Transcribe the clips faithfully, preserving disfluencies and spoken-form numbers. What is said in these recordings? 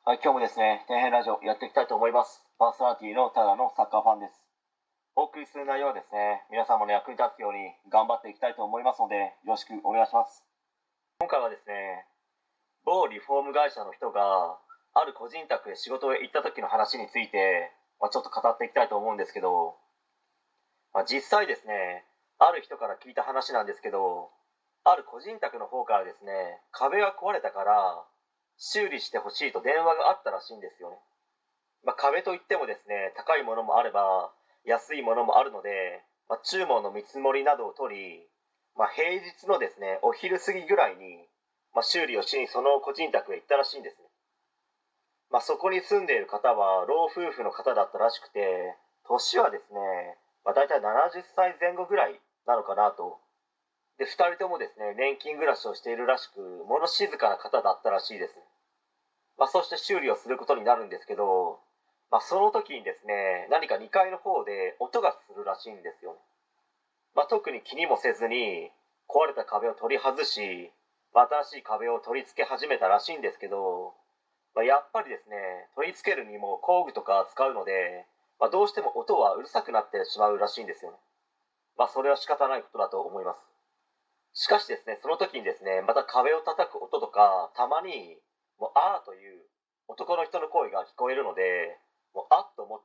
はい、今日もですね、底辺ラジオやっていきたいと思います。パーソナリティのただのサッカーファンです。お送りする内容はですね、皆様の役に立つように頑張っていきたいと思いますので、よろしくお願いします。今回はですね、某リフォーム会社の人が、ある個人宅へ仕事へ行った時の話について、まあ、ちょっと語っていきたいと思うんですけど、まあ、実際ですね、ある人から聞いた話なんですけど、ある個人宅の方からですね、壁が壊れたから修理してほしいと電話があったらしいんですよね。まあ、壁といってもですね、高いものもあれば安いものもあるので、まあ、注文の見積もりなどを取り、まあ、平日のですねお昼過ぎぐらいに、まあ、修理をしにその個人宅へ行ったらしいんですね。まあ、そこに住んでいる方は老夫婦の方だったらしくて、年はですね、まあ、大体ななじゅっさいぜん後ぐらいなのかなと。でふたりともですね年金暮らしをしているらしく、物静かな方だったらしいです。まあ、そして修理をすることになるんですけど、まあ、その時にですね、何かにかいの方で音がするらしいんですよね。まあ、特に気にもせずに壊れた壁を取り外し、まあ、新しい壁を取り付け始めたらしいんですけど、まあ、やっぱりですね、取り付けるにも工具とか使うので、まあ、どうしても音はうるさくなってしまうらしいんですよね。まあ、それは仕方ないことだと思います。しかしですね、その時にですね、また壁を叩く音とか、たまに、もう、あーという男の人の声が聞こえるので、もう、あっと思って、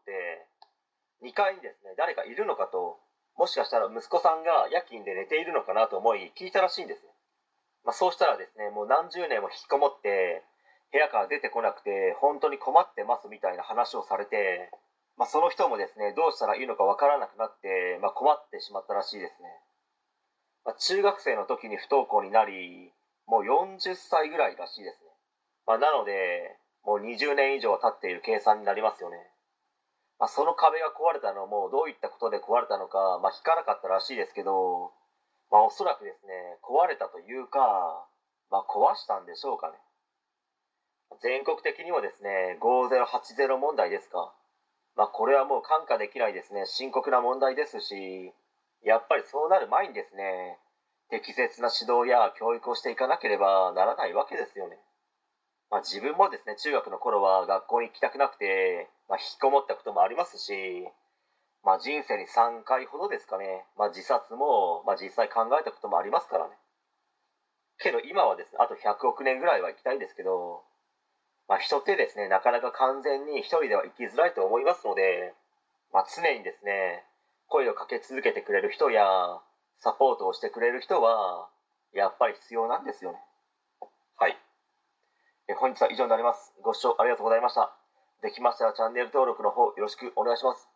にかいにですね、誰かいるのかと、もしかしたら息子さんが夜勤で寝ているのかなと思い、聞いたらしいんですね。まあ、そうしたらですね、もう何十年も引きこもって、部屋から出てこなくて、本当に困ってますみたいな話をされて、まあ、その人もですね、どうしたらいいのかわからなくなって、まあ、困ってしまったらしいですね。まあ、中学生の時に不登校になり、もうよんじゅっさいぐらいらしいですね。まあ、なので、もうにじゅうねん以上経っている計算になりますよね。まあ、その壁が壊れたのもどういったことで壊れたのか、まあ、聞かなかったらしいですけど、まあ、おそらくですね、壊れたというか、まあ、壊したんでしょうかね。全国的にもですね、ごせんはちじゅう問題ですか。まあ、これはもう看過できないですね、深刻な問題ですし、やっぱりそうなる前にですね、適切な指導や教育をしていかなければならないわけですよね。まあ、自分もですね、中学の頃は学校に行きたくなくて、まあ、引きこもったこともありますし、まあ、人生にさんかいほどですかね、まあ、自殺も、まあ、実際考えたこともありますからね。けど今はですね、あとひゃくおく年ぐらいは生きたいんですけど、まあ、人ってですね、なかなか完全に一人では生きづらいと思いますので、まあ、常にですね、声をかけ続けてくれる人や、サポートをしてくれる人は、やっぱり必要なんですよね。はい。え本日は以上になります。ご視聴ありがとうございました。できましたらチャンネル登録の方よろしくお願いします。